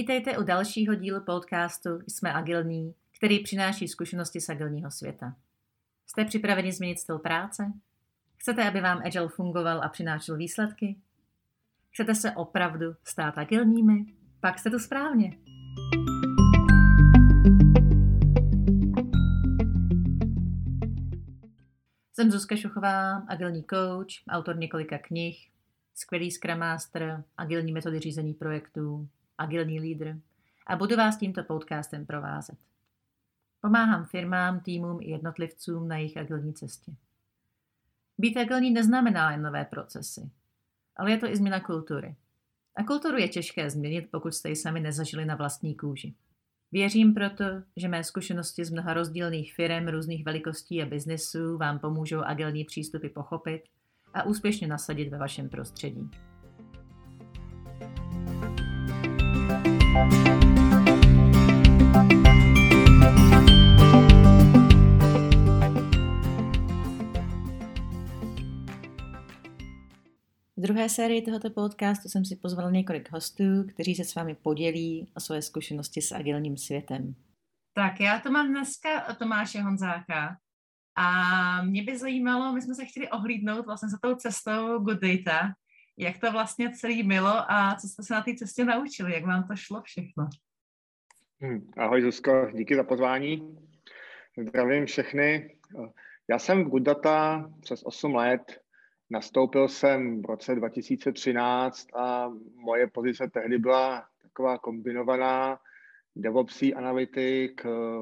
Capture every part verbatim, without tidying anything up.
Vítejte u dalšího dílu podcastu Jsme agilní, který přináší zkušenosti z agilního světa. Jste připraveni změnit styl práce? Chcete, aby vám Agile fungoval a přinášel výsledky? Chcete se opravdu stát agilními? Pak jste tu správně. Jsem Zuzka Šuchová, agilní coach, autor několika knih, skvělý Scrum Master, agilní metody řízení projektů, agilní lídr a budu vás tímto podcastem provázet. Pomáhám firmám, týmům i jednotlivcům na jejich agilní cestě. Být agilní neznamená jen nové procesy, ale je to i změna kultury. A kulturu je těžké změnit, pokud jste ji sami nezažili na vlastní kůži. Věřím proto, že mé zkušenosti z mnoha rozdílných firem, různých velikostí a biznesů vám pomůžou agilní přístupy pochopit a úspěšně nasadit ve vašem prostředí. V druhé sérii tohoto podcastu jsem si pozval několik hostů, kteří se s vámi podělí o své zkušenosti s agilním světem. Tak já to mám dneska Tomáše Honzáka a mě by zajímalo, my jsme se chtěli ohlídnout vlastně za tou cestou Good Data, jak to vlastně celý bylo a co jste se na té cestě naučili, jak vám to šlo všechno. Hmm, ahoj Zuzko, díky za pozvání. Zdravím všechny. Já jsem v Good Data přes osm let. Nastoupil jsem v roce dva tisíce třináct a moje pozice tehdy byla taková kombinovaná DevOpsí analytik,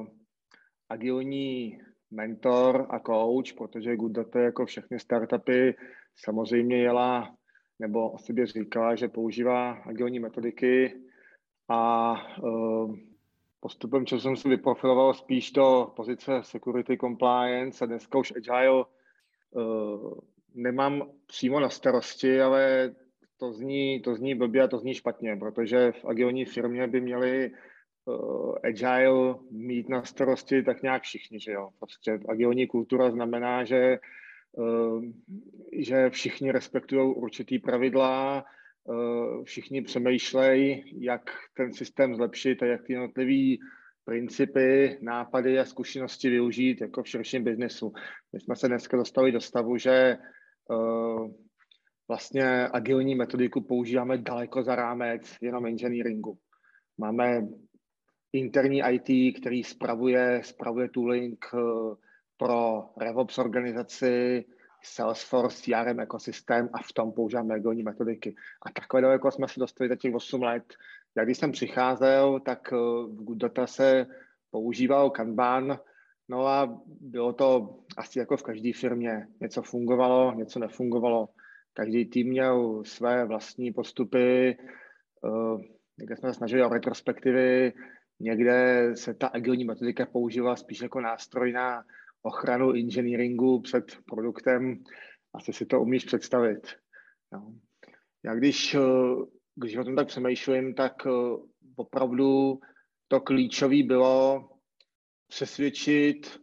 agilní mentor a coach, protože Good Data jako všechny startupy samozřejmě jela nebo o sobě říkala, že používá agilní metodiky a uh, postupem času jsem se vyprofiloval spíš do pozice security compliance a dneska už agile uh, nemám přímo na starosti, ale to zní, to zní blbě a to zní špatně, protože v agilní firmě by měli uh, agile mít na starosti tak nějak všichni, že jo. Prostě agilní kultura znamená, že, uh, že všichni respektují určitý pravidla, uh, všichni přemýšlejí, jak ten systém zlepšit a jak ty jednotlivý principy, nápady a zkušenosti využít jako v širším biznesu. My jsme se dneska dostali do stavu, že Uh, vlastně agilní metodiku používáme daleko za rámec jenom engineeringu. Máme interní í té, který spravuje, spravuje tooling uh, pro RevOps organizaci, Salesforce, C R M ekosystém a v tom používáme agilní metodiky. A takhle daleko jsme se dostali za těch osm let. Já když jsem přicházel, tak uh, v Good Data se používal Kanban. No a bylo to asi jako v každé firmě. Něco fungovalo, něco nefungovalo. Každý tým měl své vlastní postupy, někde jsme se snažili o retrospektivy, někde se ta agilní metodika používala spíš jako nástroj na ochranu engineeringu před produktem. Asi si to umíš představit. No. Já když, když o tom tak přemýšlím, tak opravdu to klíčové bylo přesvědčit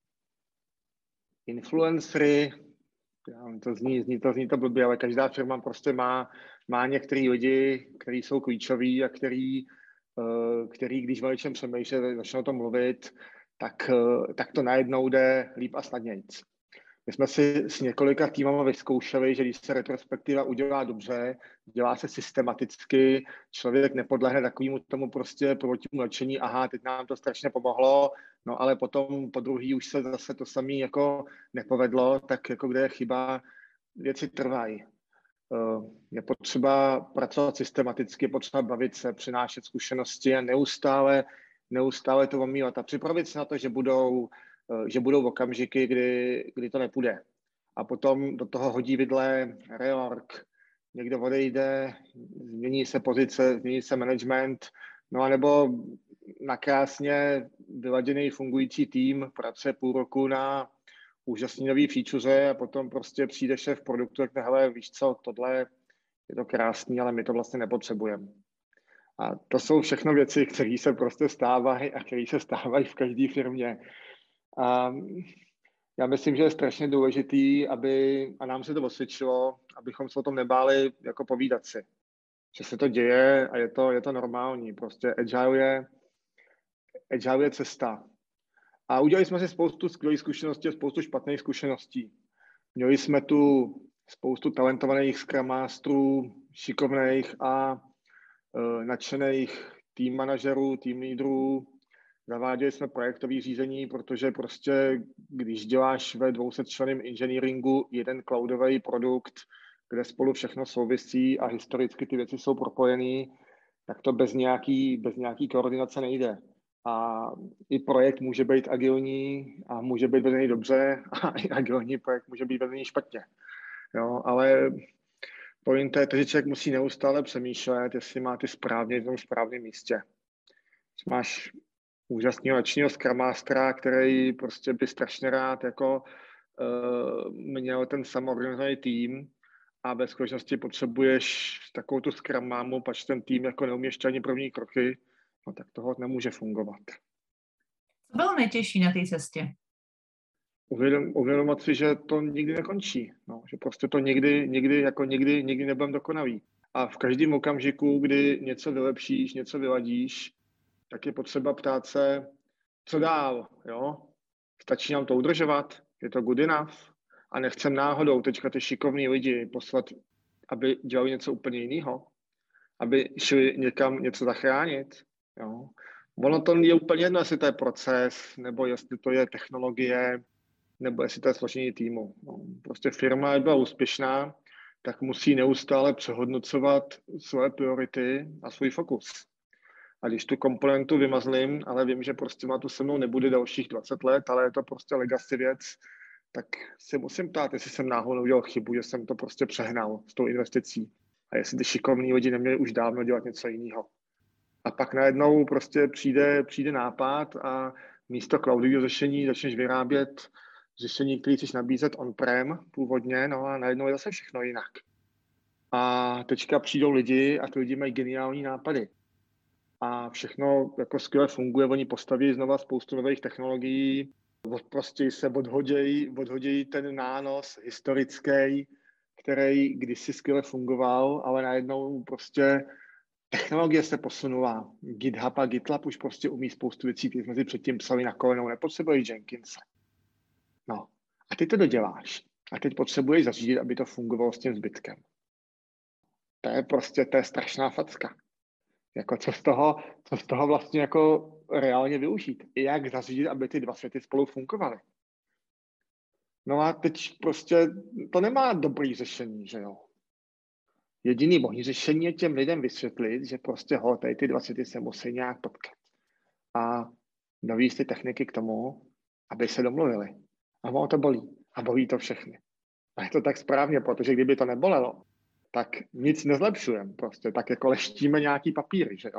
influencery, to zní, zní, to, zní to blbě, ale každá firma prostě má, má některý lidi, kteří jsou klíčoví a který, který když o něčem přemýšlí, začnou o tom mluvit, tak, tak to najednou jde líp a snadnějc. My jsme si s několika týmama vyzkoušeli, že když se retrospektiva udělá dobře, dělá se systematicky, člověk nepodlehne takovému tomu prostě prvotímu nadšení, aha, teď nám to strašně pomohlo, no ale potom po druhý už se zase to samé jako nepovedlo, tak jako kde je chyba, věci trvají. Je potřeba pracovat systematicky, je potřeba bavit se, přinášet zkušenosti a neustále, neustále to omílat a připravit se na to, že budou že budou okamžiky, kdy, kdy to nepůjde. A potom do toho hodí vidle reorg, někdo odejde, změní se pozice, změní se management, no a nebo nakrásně vyladěný fungující tým pracuje půl roku na úžasný nový feature a potom prostě přijde šéf produktu, tak hele, víš co, tohle je to krásný, ale my to vlastně nepotřebujeme. A to jsou všechno věci, které se prostě stávají a které se stávají v každé firmě. A já myslím, že je strašně důležitý, aby, a nám se to osvědčilo, abychom se o tom nebáli jako povídat si. že se to děje a je to, je to normální. Prostě agile je, agile je cesta. A udělali jsme si spoustu skvělých zkušeností a spoustu špatných zkušeností. Měli jsme tu spoustu talentovaných Scrum Masterů, šikovných a uh, nadšených tým manažerů, tým lídrů. Zaváděli jsme projektové řízení, protože prostě, když děláš ve dvousetčlenném engineeringu jeden cloudový produkt, kde spolu všechno souvisí a historicky ty věci jsou propojený, tak to bez nějaký, bez nějaký koordinace nejde. A i projekt může být agilní a může být vedený dobře a i agilní projekt může být vedený špatně. Jo, ale pointa je to, že člověk musí neustále přemýšlet, jestli má ty správně v tom správném místě. Když máš úžasného nadšeného Scrum Mastera, který prostě by strašně rád jako uh, měl ten samoorganizovaný tým a ve skutečnosti potřebuješ takovou tu Scrum mámu, pač ten tým jako neumíš ani první kroky, no tak toho nemůže fungovat. Co bylo nejtěžší na té cestě? Uvědom, uvědomit si, že to nikdy nekončí. No, že prostě to nikdy, nikdy, jako nikdy, nikdy nebudeme dokonalý. A v každém okamžiku, kdy něco vylepšíš, něco vyladíš, tak je potřeba ptát se, co dál, jo? Stačí nám to udržovat? Je to good enough? A nechcem náhodou teďka ty šikovní lidi poslat, aby dělali něco úplně jiného? Aby šli někam něco zachránit? Jo? Ono to je úplně jedno, jestli to je proces, nebo jestli to je technologie, nebo jestli to je složení týmu. No, prostě firma, aby byla úspěšná, tak musí neustále přehodnocovat svoje priority a svůj fokus. A když tu komponentu vymazlím, ale vím, že prostě má tu se mnou nebude dalších dvacet let, ale je to prostě legacy věc, tak si musím ptát, jestli jsem náhodou udělal chybu, že jsem to prostě přehnal s tou investicí. A jestli ty šikovní lidi neměli už dávno dělat něco jiného. A pak najednou prostě přijde, přijde nápad a místo cloudového řešení začneš vyrábět řešení, které chceš nabízet on-prem původně, no a najednou je zase všechno jinak. A teďka přijdou lidi a ty lidi mají geniální nápady. A všechno jako skvěle funguje, oni postaví znova spoustu nových technologií, prostě se odhodějí, odhodějí ten nános historický, který kdysi skvěle fungoval, ale najednou prostě technologie se posunula. GitHub a GitLab už prostě umí spoustu věcí, které jsme si předtím psali na kolenou, nepotřebuješ Jenkinse. No, a ty to doděláš. A teď potřebuješ zařídit, aby to fungovalo s tím zbytkem. To je prostě, to je strašná facka. Jako co z toho, co z toho vlastně jako reálně využít. I jak zařídit, aby ty dva světy spolu fungovaly. No a teď prostě to nemá dobrý řešení, že jo. Jediný možný řešení je těm lidem vysvětlit, že prostě ho, tady ty dva světy se musí nějak potkat. A navíc ty techniky k tomu, aby se domluvili. A ono to bolí. A bolí to všechny. A je to tak správně, protože kdyby to nebolelo, tak nic nezlepšujeme prostě. Tak jako leštíme nějaký papíry, že jo.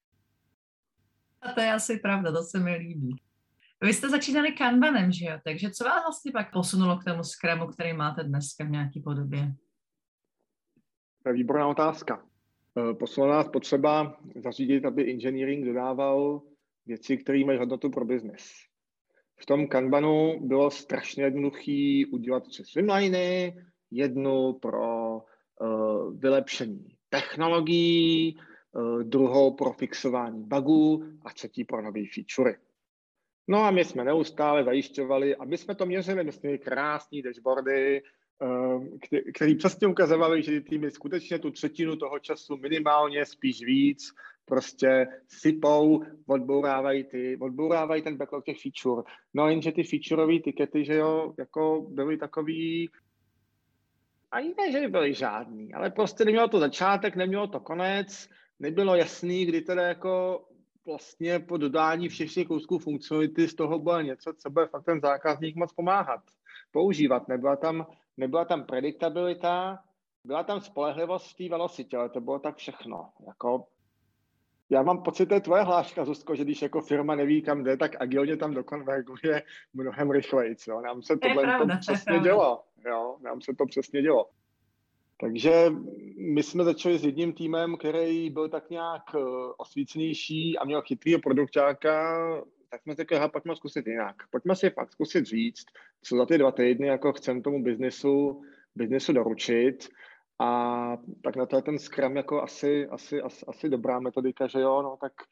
A to je asi pravda, to se mi líbí. Vy jste začínali Kanbanem, že jo? Takže co vás vlastně pak posunulo k tomu Scrumu, který máte dneska v nějaké podobě? To je výborná otázka. Posunula nás potřeba zařídit, aby engineering dodával věci, které mají hodnotu pro biznis. V tom Kanbanu bylo strašně jednoduché udělat tři swimliny, jednu pro uh, vylepšení technologií, uh, druhou pro fixování bugů a třetí pro nové featurey. No a my jsme neustále zajišťovali, aby jsme to měřili, my jsme měli krásný dashboardy, který přesně ukazovali, že ty týmy skutečně tu třetinu toho času minimálně, spíš víc, prostě sypou, odbourávají, ty, odbourávají ten backlog těch feature. No jenže ty featureové tikety, že jo, jako byly takový, ani ne, že byly žádný, ale prostě nemělo to začátek, nemělo to konec, nebylo jasný, kdy teda jako vlastně po dodání všech těch kousků funkcionality z toho bylo něco, co bude fakt ten zákazník moc pomáhat, používat. Nebyla tam, nebyla tam prediktabilita, byla tam spolehlivost v té velocitě, ale to bylo tak všechno. Jako, já mám pocit, to je tvoje hláška, Zuzko, že když jako firma neví, kam jde, tak agilně tam dokonverguje mnohem rychleji. Jo? Nám se tohle to, to přesně dělo. Jo? Nám se to přesně dělo. Takže my jsme začali s jedním týmem, který byl tak nějak osvícenější a měl chytrýho produkťáka, tak jsme řekli, pojďme zkusit jinak. Pojďme si fakt zkusit říct, co za ty dva týdny jako chcem tomu biznesu, biznesu doručit A tak na to je ten Scrum jako asi, asi, asi, asi dobrá metodika, že jo, no tak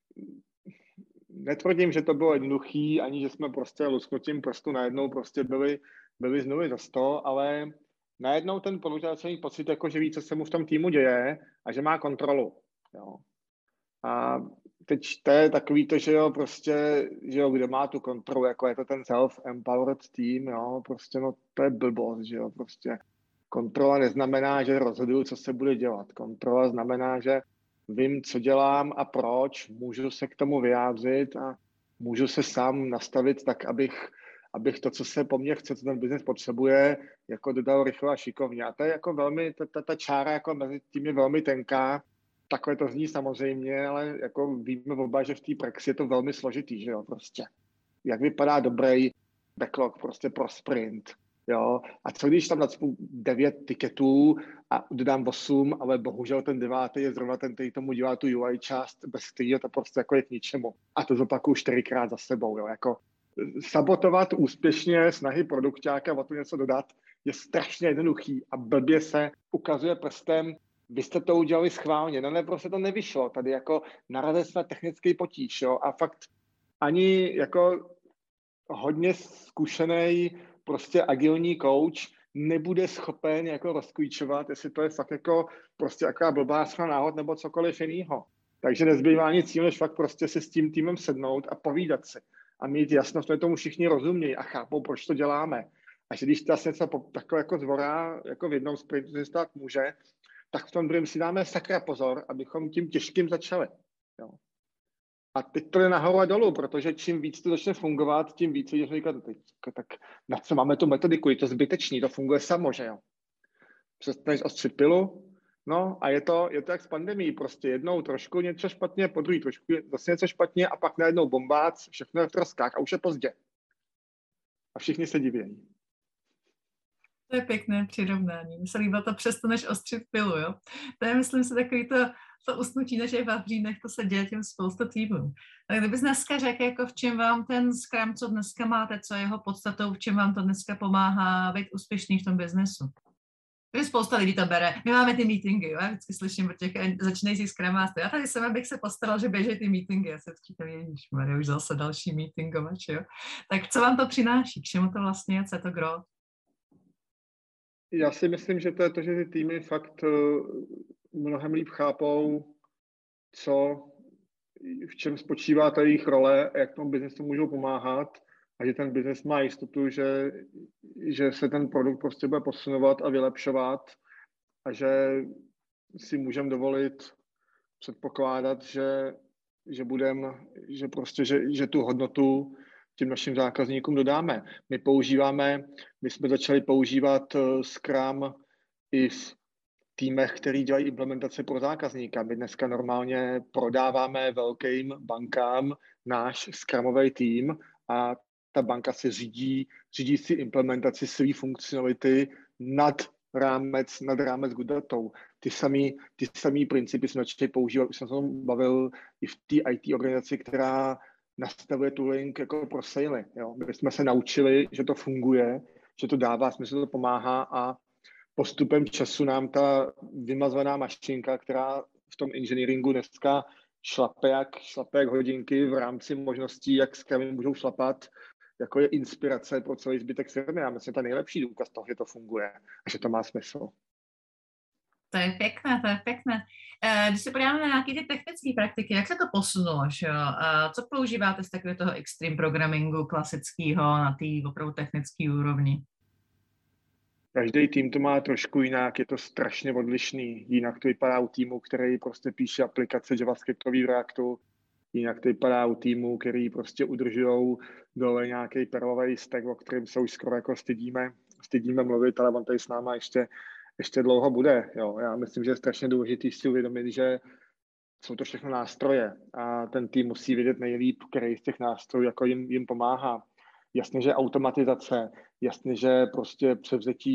netvrdím, že to bylo jednoduchý, ani že jsme prostě lusknutím prstu najednou prostě byli, byli z nuly za sto, ale najednou ten produkt mít pocit, jako, že ví, co se mu v tom týmu děje a že má kontrolu. Jo. A teď to je takový to, že jo, prostě, že jo, kdo má tu kontrolu, jako je to ten self-empowered tým, jo, prostě, no to je blbost, že jo, prostě. Kontrola neznamená, že rozhoduju, co se bude dělat. Kontrola znamená, že vím, co dělám a proč, můžu se k tomu vyjádřit a můžu se sám nastavit tak, abych, abych to, co se po mně chce, co ten biznes potřebuje, jako dodal rychle a šikovně. A to je jako velmi, ta, ta, ta čára jako mezi tím je velmi tenká. Takhle to zní samozřejmě, ale jako víme oba, že v té praxi je to velmi složitý, že jo, prostě. Jak vypadá dobrý backlog prostě pro sprint, jo. A co když tam nacpu devět tiketů a dodám osm, ale bohužel ten devátý je zrovna ten, který tomu dělá tu U I část, bez kterého to prostě jako je k ničemu. A to zopakuju čtyřikrát za sebou, jo. Jako sabotovat úspěšně snahy produkťáka o to něco dodat je strašně jednoduchý a blbě se ukazuje prstem, vy jste to udělali schválně, no ne, prostě to nevyšlo, tady jako narazili jsme technický potíž, jo, a fakt ani jako hodně zkušený prostě agilní coach nebude schopen jako rozklíčovat, jestli to je fakt jako prostě jaká blbá sva náhod nebo cokoliv jiného. Takže nezbývá nic jiného, než fakt prostě si s tím týmem sednout a povídat si a mít jasno, že tomu všichni rozumějí a chápou, proč to děláme. A že když to asi něco takové jako zvorá, jako v jednom sprintu se stát může, tak v tom druhém si dáme sakra pozor, abychom tím těžkým začali. Jo. A teď to je nahoru a dolů, protože čím víc to začne fungovat, tím víc lidí říkat, tak na co máme tu metodiku, je to zbytečný, to funguje samo, že jo. Přestaneš ostřit pilu, no a je to, je to jak s pandemií, prostě jednou trošku něco špatně, po druhý trošku zase něco špatně a pak najednou bombác, všechno je v troskách a už je pozdě. A všichni se divějí. To je pěkné přirovnání. Mně se líbilo to přestaneš ostřit pilu, jo. To je, myslím si, takový to, to usnutí, než je v Vavřínech, to se děje těm spoustu týmů. Tak kdybys dneska řekl, jako v čem vám ten Scrum, co dneska máte, co je jeho podstatou, v čem vám to dneska pomáhá být úspěšný v tom biznesu. Protože spousta lidí to bere. My máme ty meetingy, jo? Já vždycky slyším od těch začínajících Scrum Masterů. Já tady jsem, abych se postaral, že běží ty meetingy. Já se vždycky to ježišmarja, už zase další meetingovač, jo. Tak co vám to přináší? K čemu to vlastně je? Co je to gro? Já si myslím, že to je to, že ty týmy fakt mnohem líp chápou, co, v čem spočívá ta jejich role, jak tomu biznesu můžou pomáhat a že ten biznes má jistotu, že, že se ten produkt prostě bude posunovat a vylepšovat a že si můžeme dovolit předpokládat, že, že budem, že prostě, že, že tu hodnotu těm našim zákazníkům dodáme. My používáme, my jsme začali používat Scrum i v týmech, který dělají implementace pro zákazníka. My dneska normálně prodáváme velkým bankám náš Scrumový tým a ta banka si řídí, řídí si implementaci své funkcionality nad rámec, nad rámec good datou. Ty samý, ty samý principy jsme začali používat, už jsem se tom bavil i v té í té organizaci, která nastavuje tooling jako pro sales. Jo. My jsme se naučili, že to funguje, že to dává smysl, to pomáhá a postupem času nám ta vymazvaná mašinka, která v tom engineeringu dneska šlape jak, šlape jak hodinky v rámci možností, jak Scrumy můžou šlapat, jako je inspirace pro celý zbytek firmy. Já myslím, že to je nejlepší důkaz toho, že to funguje a že to má smysl. To je pěkné, to je pěkné. Když se podíváme na nějaké ty technické praktiky, jak se to posunulo? Že? Co používáte z takového toho extreme programmingu klasického na té opravdu technické úrovni? Každý tým to má trošku jinak, je to strašně odlišný. Jinak to vypadá u týmu, který prostě píše aplikace JavaScriptový v Reactu, jinak to vypadá u týmu, který prostě udržujou dole nějaký perlový stack, o kterém se už skoro jako stydíme, stydíme mluvit, ale on tady s náma ještě ještě dlouho bude. Jo. Já myslím, že je strašně důležité si uvědomit, že jsou to všechno nástroje a ten tým musí vědět nejlíp, který z těch nástrojů jako jim, jim pomáhá. Jasně, že automatizace, jasně, že prostě převzetí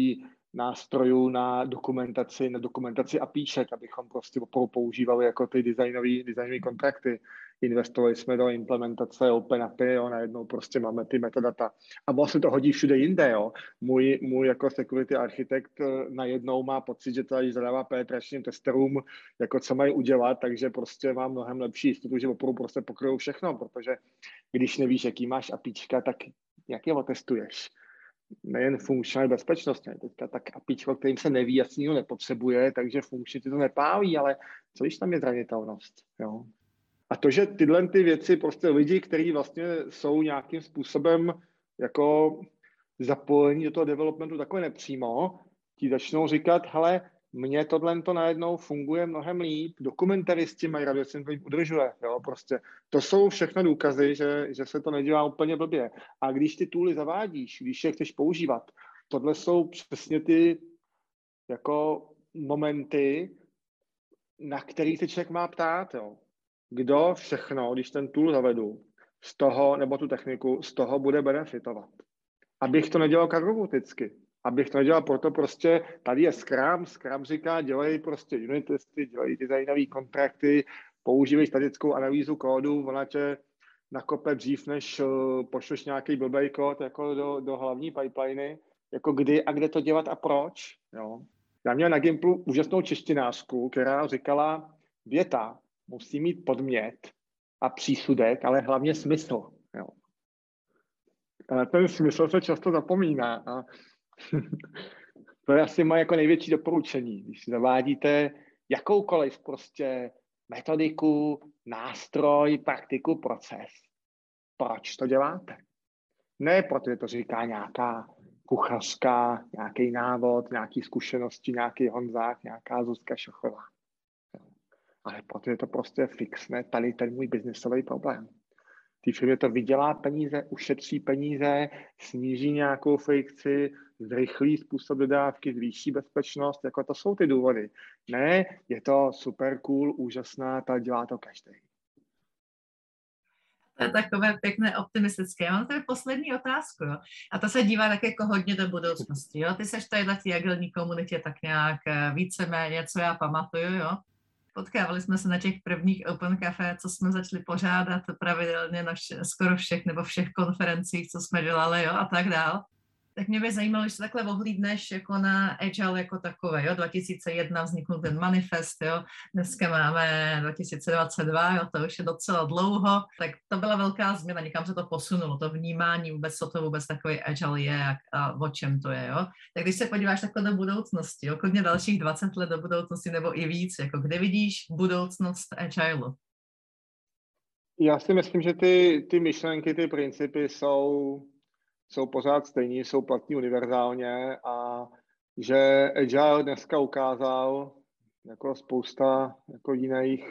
nástrojů na dokumentaci, na dokumentaci apíček, abychom prostě opravdu používali jako ty designové designové kontrakty. Investovali jsme do implementace OpenAPI, jo, najednou prostě máme ty metadata. A vlastně to hodí všude jinde, jo. Můj, můj jako security architekt najednou má pocit, že to tady zadává penetračním testerům, jako co mají udělat, takže prostě mám mnohem lepší jistotu, že opravdu prostě pokryjou všechno, protože když nevíš, jaký máš apíčka, tak jak je otestuješ? Nejen funkční bezpečnost, ne? Teďka tak apíčko, kterým se neví, jasně ho nepotřebuje, takže funkčně ti to nepálí, ale co když tam je zranitelnost, jo? A to, že tyhle ty věci, prostě lidi, kteří vlastně jsou nějakým způsobem jako zapojení do toho developmentu takhle nepřímo, ti začnou říkat, hele, mně tohle to najednou funguje mnohem líp, dokumentaristi mají rádi, že se to udržuje, jo, prostě. To jsou všechno důkazy, že, že se to nedělá úplně blbě. A když ty tooly zavádíš, když je chceš používat, tohle jsou přesně ty jako momenty, na který se člověk má ptát, jo. Kdo všechno, když ten tool zavedu, z toho, nebo tu techniku, z toho bude benefitovat. Abych to nedělal karoboticky. Abych to nedělal proto prostě, tady je Scrum, Scrum říká, dělej prostě unit testy, dělej designové kontrakty, používej statickou analýzu kódu, ona tě nakope dřív, než uh, pošleš nějaký blbej kód jako do, do hlavní pipeliny, jako kdy a kde to dělat a proč. Jo. Já měl na Gimplu úžasnou češtinářku, která říkala, věta musí mít podmět a přísudek, ale hlavně smysl. Jo. A ten smysl se často zapomíná. A to je asi moje jako největší doporučení. Když si zavádíte jakoukoliv prostě metodiku, nástroj, praktiku, proces. Proč to děláte? Ne, protože to říká nějaká kuchařka, nějaký návod, nějaký zkušenosti, nějaký Honzák, nějaká Zuzka Šochová. Ale protože to prostě fixne tady ten můj biznesový problém. Té firmě to vydělá peníze, ušetří peníze, sníží nějakou frikci, zrychlí způsob dodávky, zvýší bezpečnost, jako to jsou ty důvody. Ne, je to super cool, úžasná, ta dělá to každý. To je takové pěkné optimistické. Já mám tady poslední otázku, jo? A to se dívá tak jako hodně do budoucnosti. Jo? Ty seš tady na té agilní komunitě tak nějak víceméně, co já pamatuju, jo? Potkávali jsme se na těch prvních Open Café, co jsme začali pořádat pravidelně na vše, skoro všech nebo všech konferencích, co jsme dělali, jo, a tak dál. Tak mě by zajímalo, že se takhle ohlídneš jako na Agile jako takové, jo, dva tisíce jedna vzniknul ten manifest, jo, dneska máme dva tisíce dvacet dva, jo, to už je docela dlouho, tak to byla velká změna, někam se to posunulo, to vnímání vůbec, co to vůbec takový Agile je a, a o čem to je, jo. Tak když se podíváš takhle do budoucnosti, jo, klidně dalších dvacet let do budoucnosti nebo i víc, jako kde vidíš budoucnost Agile? Já si myslím, že ty, ty myšlenky, ty principy jsou jsou pořád stejní, jsou platní univerzálně a že Agile dneska ukázal jako spousta jako jiných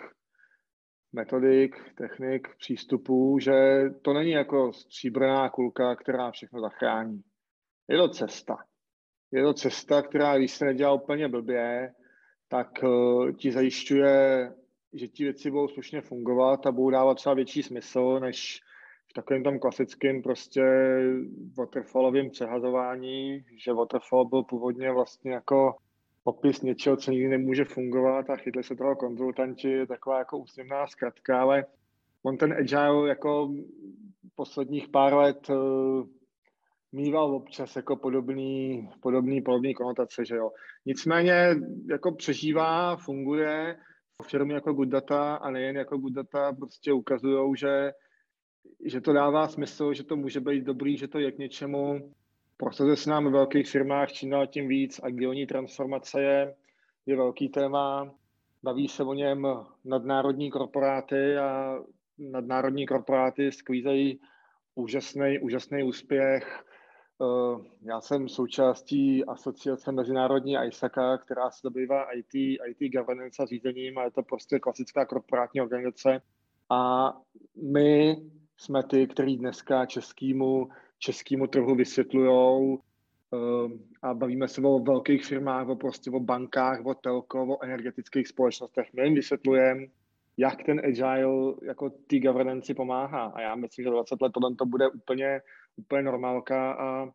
metodik, technik, přístupů, že to není jako stříbrná kulka, která všechno zachrání. Je to cesta. Je to cesta, která, když se nedělá úplně blbě, tak uh, ti zajišťuje, že ti věci budou slušně fungovat a budou dávat třeba větší smysl, než v takovém tom klasickém prostě waterfallovém přehazování, že waterfall byl původně vlastně jako popis něčeho, co nikdy nemůže fungovat a chytli se toho konzultanti, je taková jako úsměvná zkratka, ale on ten agile jako posledních pár let uh, mýval občas jako podobný, podobný, podobný konotace, že jo. Nicméně jako přežívá, funguje, firmy jako Good Data a nejen jako Good Data prostě ukazujou, že že to dává smysl, že to může být dobrý, že to je k něčemu. Protože se nám v velkých firmách čím dál tím víc agilní transformace je, je velký téma. Baví se o něm nadnárodní korporáty a nadnárodní korporáty skvízejí úžasný, úžasný úspěch. Já jsem součástí asociace mezinárodní I S A C A, která se zabývá I T, I T governance a řízením a je to prostě klasická korporátní organizace. A my jsme ty, který dneska českému, českému trhu vysvětlujou uh, a bavíme se o velkých firmách, o, prostě o bankách, o telko, o energetických společnostech. My jim vysvětlujeme, jak ten agile jako té governance pomáhá. A já myslím, že dvacet let tohle to bude úplně, úplně normálka a,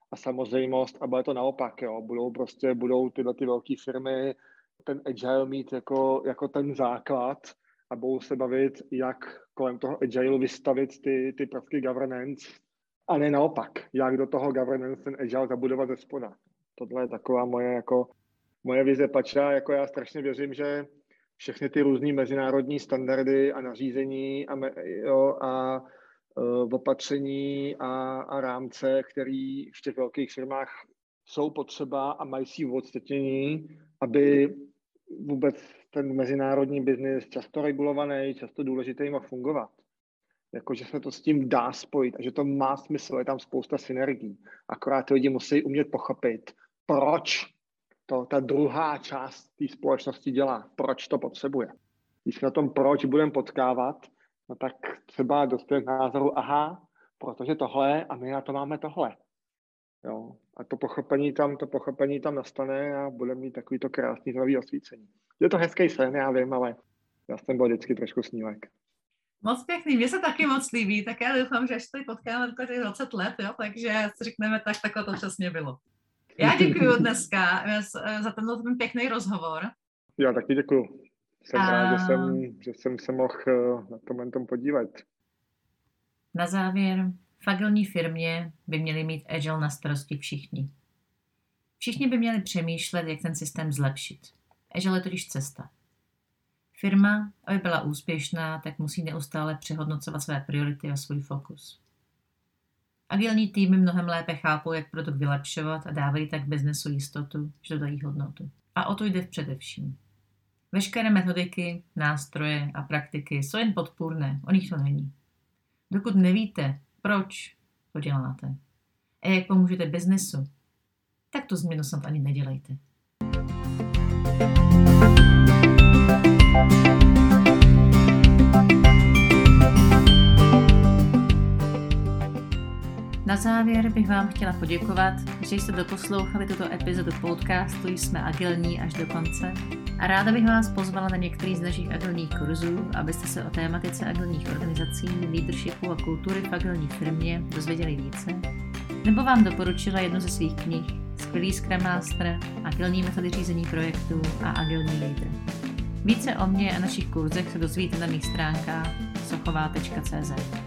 a samozřejmost a bude to naopak, jo. Budou prostě, budou tyhle ty velké firmy ten agile mít jako, jako ten základ a budou se bavit, jak kolem toho agile vystavit ty, ty prvky governance a ne naopak, jak do toho governance ten agile zabudovat ze spoda. Tohle je taková moje, jako, moje vize Pača, jako já strašně věřím, že všechny ty různý mezinárodní standardy a nařízení a, jo, a uh, opatření a, a rámce, které v těch velkých firmách jsou potřeba a mají si odstětění, aby vůbec ten mezinárodní biznis, často regulovaný, často důležitý, mohl fungovat. Jakože se to s tím dá spojit a že to má smysl, je tam spousta synergií. Akorát ty lidi musí umět pochopit, proč to ta druhá část té společnosti dělá, proč to potřebuje. Když na tom proč budeme potkávat, no tak třeba dospět k názoru, aha, protože tohle a my na to máme tohle. Jo. A to pochopení tam, to pochopení tam nastane a budeme mít takový to krásný nový osvícení. Je to hezký sen, já vím, ale já jsem byl vždycky trošku snílek. Moc pěkný, mně se taky moc líbí, tak já doufám, že až tady potkáme tady dvacet let, jo, takže si řekneme, tak takhle to přesně bylo. Já děkuji dneska za tenhle ten pěkný rozhovor. Já taky děkuji. Jsem a... rád, že jsem, že jsem se mohl na tomhle tom podívat. Na závěr, v agilní firmě by měli mít agile na starosti všichni. Všichni by měli přemýšlet, jak ten systém zlepšit. Agile je totiž cesta. Firma, aby byla úspěšná, tak musí neustále přehodnocovat své priority a svůj fokus. Agilní týmy mnohem lépe chápou, jak produkt vylepšovat a dávají tak biznesu jistotu, že dodají hodnotu. A o to jde především. Veškeré metodiky, nástroje a praktiky jsou jen podpůrné, o nich to není. Dokud nevíte, proč to děláte a jak pomůžete biznesu, tak tu změnu snad ani nedělejte. Na závěr bych vám chtěla poděkovat, že jste doposlouchali tuto epizodu podcastu Jsme agilní až do konce a ráda bych vás pozvala na některý z našich agilních kurzů, abyste se o tématice agilních organizací, leadershipu a kultury v agilní firmě dozvěděli více, nebo vám doporučila jednu ze svých knih Skvělý Scrum Master, agilní metody řízení projektů a agilní lídr. Více o mně a našich kurzech se dozvíte na mých stránkách sochová tečka cé zet.